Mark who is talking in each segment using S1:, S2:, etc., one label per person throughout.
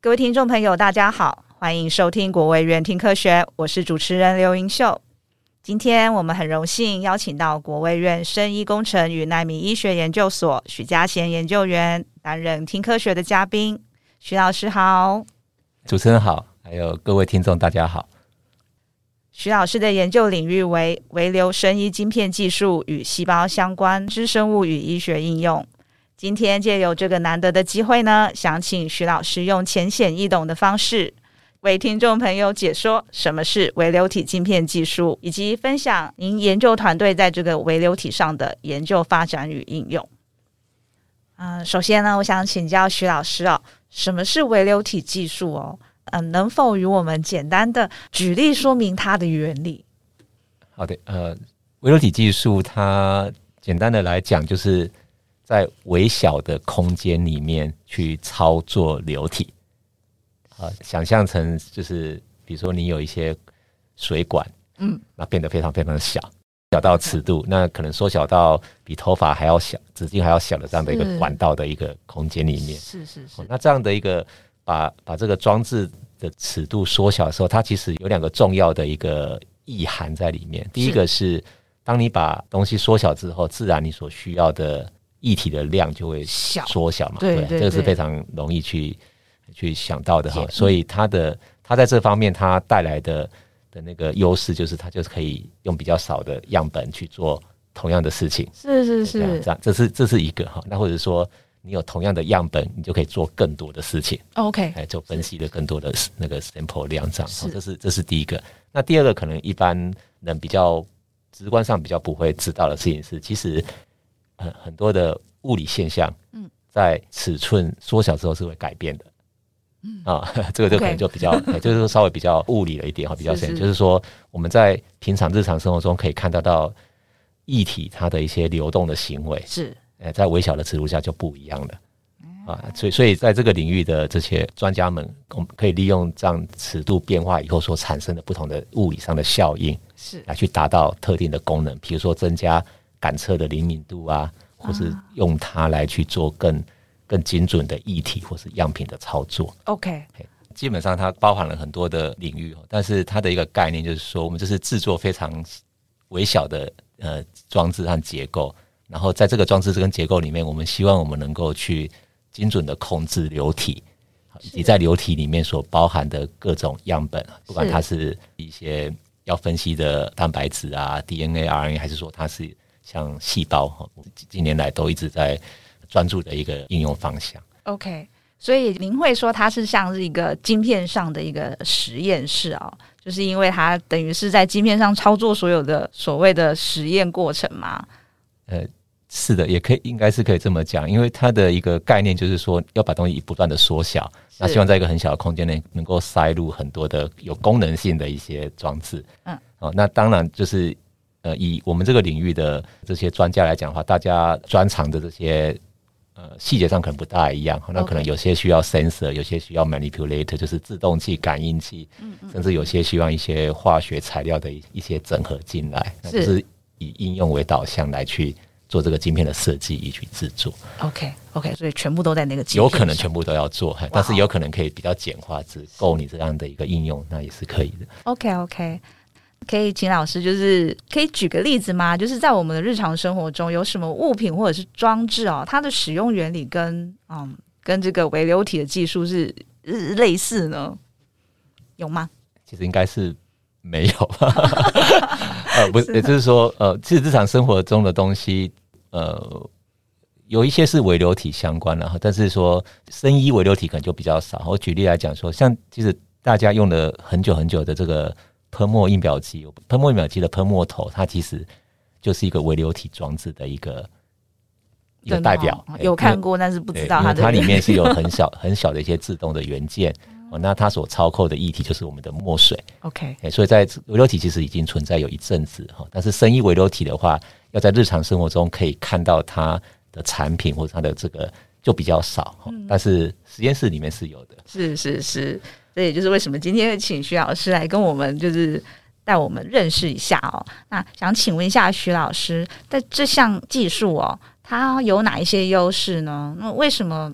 S1: 各位听众朋友大家好，欢迎收听国卫院听科学，我是主持人刘盈秀。今天我们很荣幸邀请到国卫院生医工程与奈米医学研究所许嘉贤研究员担任听科学的嘉宾。许老师好。
S2: 主持人好，还有各位听众大家好。
S1: 许老师的研究领域为微流生医晶片技术与细胞相关之生物与医学应用。今天借由这个难得的机会呢，想请许老师用浅显易懂的方式为听众朋友解说什么是微流体晶片技术，以及分享您研究团队在这个微流体上的研究发展与应用。首先呢，我想请教许老师什么是微流体技术能否与我们简单的举例说明它的原理？
S2: 好的，微流体技术它简单的来讲就是在微小的空间里面去操作流体。想象成就是比如说你有一些水管，那变得非常非常小到尺度，那可能缩小到比头发还要小、指径还要小的这样的一个管道的一个空间里面。
S1: 是。
S2: 那这样的一个把这个装置的尺度缩小的时候，它其实有两个重要的一个意涵在里面。第一个是当你把东西缩小之后，自然你所需要的液体的量就会缩小嘛。对，这个是非常容易去想到的哈。所以它在这方面它带来的那个优势就是它就是可以用比较少的样本去做同样的事情。
S1: 是
S2: 这是一个哈。那或者说你有同样的样本，你就可以做更多的事情。
S1: OK，
S2: 就分析了更多的那个 sample 量这样。这是第一个。那第二个可能一般人比较直观上比较不会知道的事情是，其实很多的物理现象在尺寸缩小之后是会改变的。这个就可能就比较就是说稍微比较物理了一点，比较深，就是说我们在平常日常生活中可以看得到液体它的一些流动的行为，是在微小的尺度下就不一样了。所以在这个领域的这些专家们，我们可以利用这样尺度变化以后所产生的不同的物理上的效应，是来去达到特定的功能，比如说增加感测的灵敏度或是用它来去做更精准的液体或是样品的操作。
S1: OK，
S2: 基本上它包含了很多的领域，但是它的一个概念就是说，我们就是制作非常微小的装置和结构，然后在这个装置跟结构里面，我们希望我们能够去精准的控制流体，以及在流体里面所包含的各种样本，不管它是一些要分析的蛋白质DNA、RNA， 还是说它是像细胞，近年来都一直在专注的一个应用方向。
S1: OK， 所以您会说它是像是一个晶片上的一个实验室就是因为它等于是在晶片上操作所有的所谓的实验过程吗？
S2: 是的，应该是可以这么讲，因为它的一个概念就是说要把东西不断的缩小，那希望在一个很小的空间内能够塞入很多的有功能性的一些装置。那当然就是以我们这个领域的这些专家来讲的话，大家专长的这些细节上可能不大一样，那可能有些需要 sensor， 有些需要 manipulator， 就是自动器、感应器，甚至有些需要一些化学材料的一些整合进来，那就是以应用为导向来去做这个晶片的设计以去制作。
S1: OK， 所以全部都在那个晶片上，
S2: 有可能全部都要做，但是有可能可以比较简化，只够你这样的一个应用，那也是可以的。
S1: OK， 可以请老师就是可以举个例子吗？就是在我们的日常生活中有什么物品或者是装置它的使用原理跟这个微流体的技术是类似呢？有吗？
S2: 其实应该是没有。不是，也就是说其实日常生活中的东西有一些是微流体相关的，但是说生医微流体可能就比较少。我举例来讲说，像其实大家用了很久很久的这个喷墨印表机，喷墨印表机的喷墨头，它其实就是一个微流体装置的一个代表。
S1: 有看过，但是不知道
S2: 它里面是有很小很小的一些自动的元件。那它所操控的液体就是我们的墨水。
S1: OK，
S2: 所以在微流体其实已经存在有一阵子，但是生医微流体的话，要在日常生活中可以看到它的产品或者它的这个就比较少，但是实验室里面是有的。
S1: 是，这也就是为什么今天会请徐老师来跟我们就是带我们认识一下那想请问一下徐老师，在这项技术它有哪一些优势呢？那为什么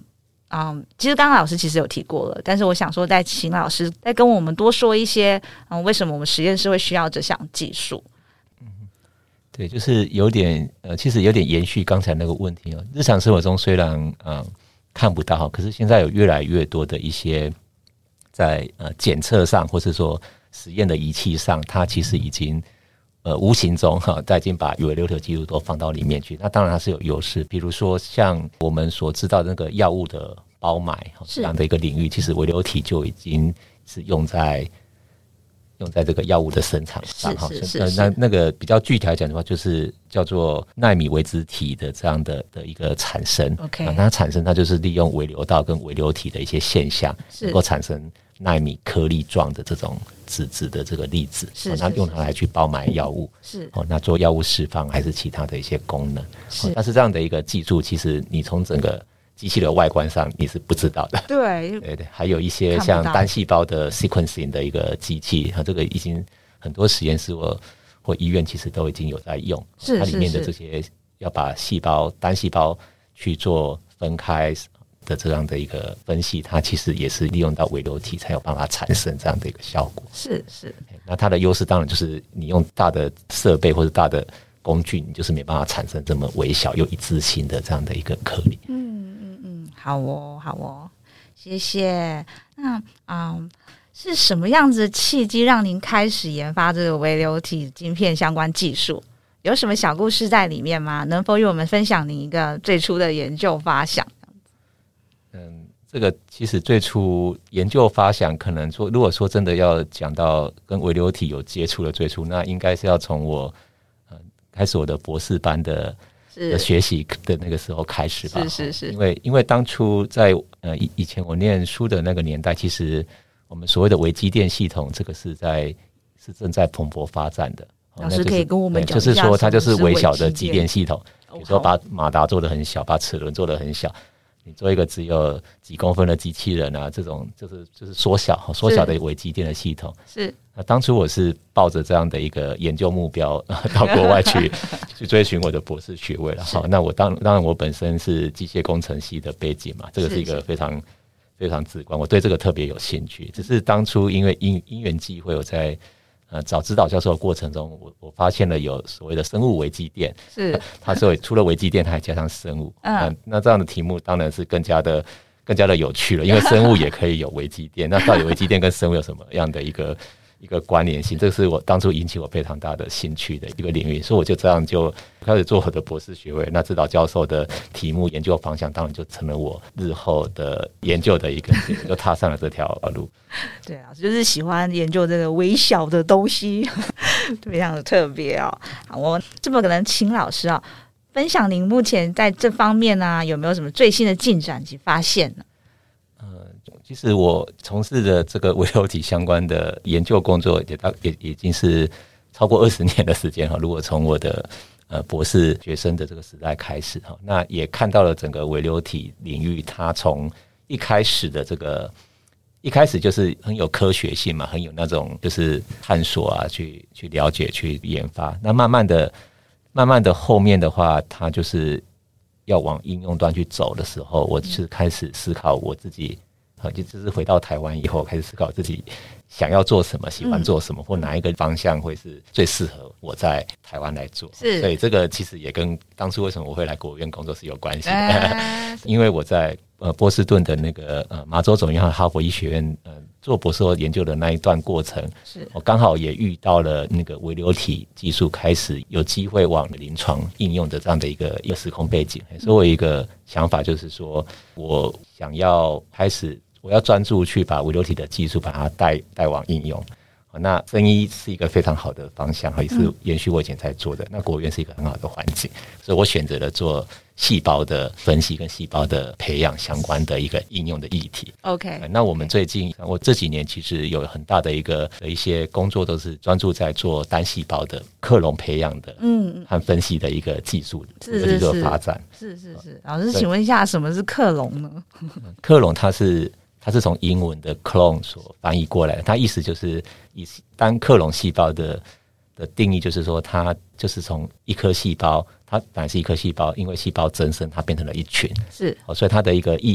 S1: 其实刚刚老师其实有提过了，但是我想说再请老师再跟我们多说一些，为什么我们实验室会需要这项技术。
S2: 对，就是有点其实有点延续刚才那个问题哦。日常生活中虽然看不到，可是现在有越来越多的一些在检测上，或是说实验的仪器上，它其实已经无形中它已经把微流体技术都放到里面去。那当然它是有优势，比如说像我们所知道的那个药物的包埋这样的一个领域，其实微流体就已经是用在这个药物的生产上。那个比较具体来讲的话，就是叫做奈米微质体的这样的一个产生。那它产生，它就是利用微流道跟微流体的一些现象，能够产生奈米颗粒状的这种质的这个粒子，那用它来去包埋药物，那做药物释放还是其他的一些功能。但是这样的一个技术，其实你从整个机器的外观上你是不知道的。对，还有一些像单细胞的 sequencing 的一个机器，这个已经很多实验室或医院其实都已经有在用。它里面的这些要把单细胞去做分开的这样的一个分析，它其实也是利用到微流体才有办法产生这样的一个效果。是。那它的优势当然就是你用大的设备或者大的工具，你就是没办法产生这么微小又一致性的这样的一个颗粒。
S1: 好哦，谢谢。那是什么样子的契机让您开始研发这个微流体晶片相关技术？有什么小故事在里面吗？能否与我们分享您一个最初的研究发想？
S2: 这个其实最初研究发想，可能说如果说真的要讲到跟微流体有接触的最初，那应该是要从我开始我的博士班的学习的那个时候开始吧。是。因为当初在以前我念书的那个年代，其实我们所谓的微机电系统，这个是正在蓬勃发展的。
S1: 老师可以跟我们讲一下，
S2: 就是说它就是微小的机电系统，比如说把马达做得很小，把齿轮做得很小。你做一个只有几公分的机器人啊，这种就是缩小的微机电的系统。是。当初我是抱着这样的一个研究目标到国外去追寻我的博士学位了。好，那我当然我本身是机械工程系的背景嘛，这个是一个非常非常直观，我对这个特别有兴趣。只是当初因为因缘际会，我在找指导教授的过程中，我发现了有所谓的生物微机电。是。它所以除了微机电，它还加上生物。那这样的题目当然是更加的有趣了，因为生物也可以有微机电。那到底微机电跟生物有什么样的一个关联性？这是我当初引起我非常大的兴趣的一个领域，所以我就这样就开始做我的博士学位。那指导教授的题目研究方向，当然就成了我日后的研究的一个，就踏上了这条路。
S1: 对啊，就是喜欢研究这个微小的东西，非常的特别哦。好，我这么可能请老师分享您目前在这方面有没有什么最新的进展及发现呢？
S2: 其实我从事的这个微流体相关的研究工作也已经是超过20年的时间。如果从我的博士学生的这个时代开始，那也看到了整个微流体领域，它从一开始就是很有科学性嘛，很有那种就是探索啊，去了解去研发。那慢慢的后面的话，它就是要往应用端去走的时候，我是开始思考我自己。就是回到台湾以后，开始思考自己想要做什么，喜欢做什么，或哪一个方向会是最适合我在台湾来做。所以这个其实也跟当初为什么我会来国务院工作是有关系的。因为我在波士顿的那个麻州总医院哈佛医学院做博士后研究的那一段过程，我刚好也遇到了那个微流体技术开始有机会往临床应用的这样的一个时空背景。所以我有一个想法，就是说我想要我要专注去把微流体的技术把它带往应用。那生医是一个非常好的方向，也是延续我以前在做的。那国务院是一个很好的环境，所以我选择了做细胞的分析跟细胞的培养相关的一个应用的议题。OK，那我们我这几年其实有很大的一些工作都是专注在做单细胞的克隆培养的和分析的一个技术的发展。是。
S1: 老师，请问一下，什么是克隆呢？
S2: 克隆它是从英文的 clone 所翻译过来的，它意思就是以单克隆细胞的定义，就是说它就是从一颗细胞，它本来是一颗细胞，因为细胞增生，它变成了一群，所以它的一个意义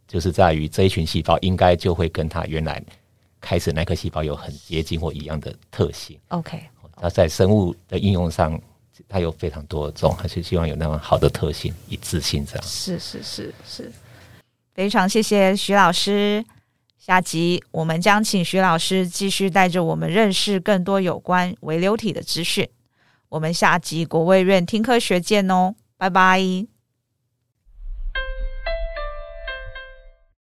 S2: 就是在于这一群细胞应该就会跟它原来开始那颗细胞有很接近或一样的特性。
S1: OK，
S2: 它在生物的应用上它有非常多种，还是希望有那么好的特性一致性这样。
S1: 是，非常谢谢徐老师。下集我们将请徐老师继续带着我们认识更多有关微流体的资讯。我们下集国卫院听科学见哦，拜拜。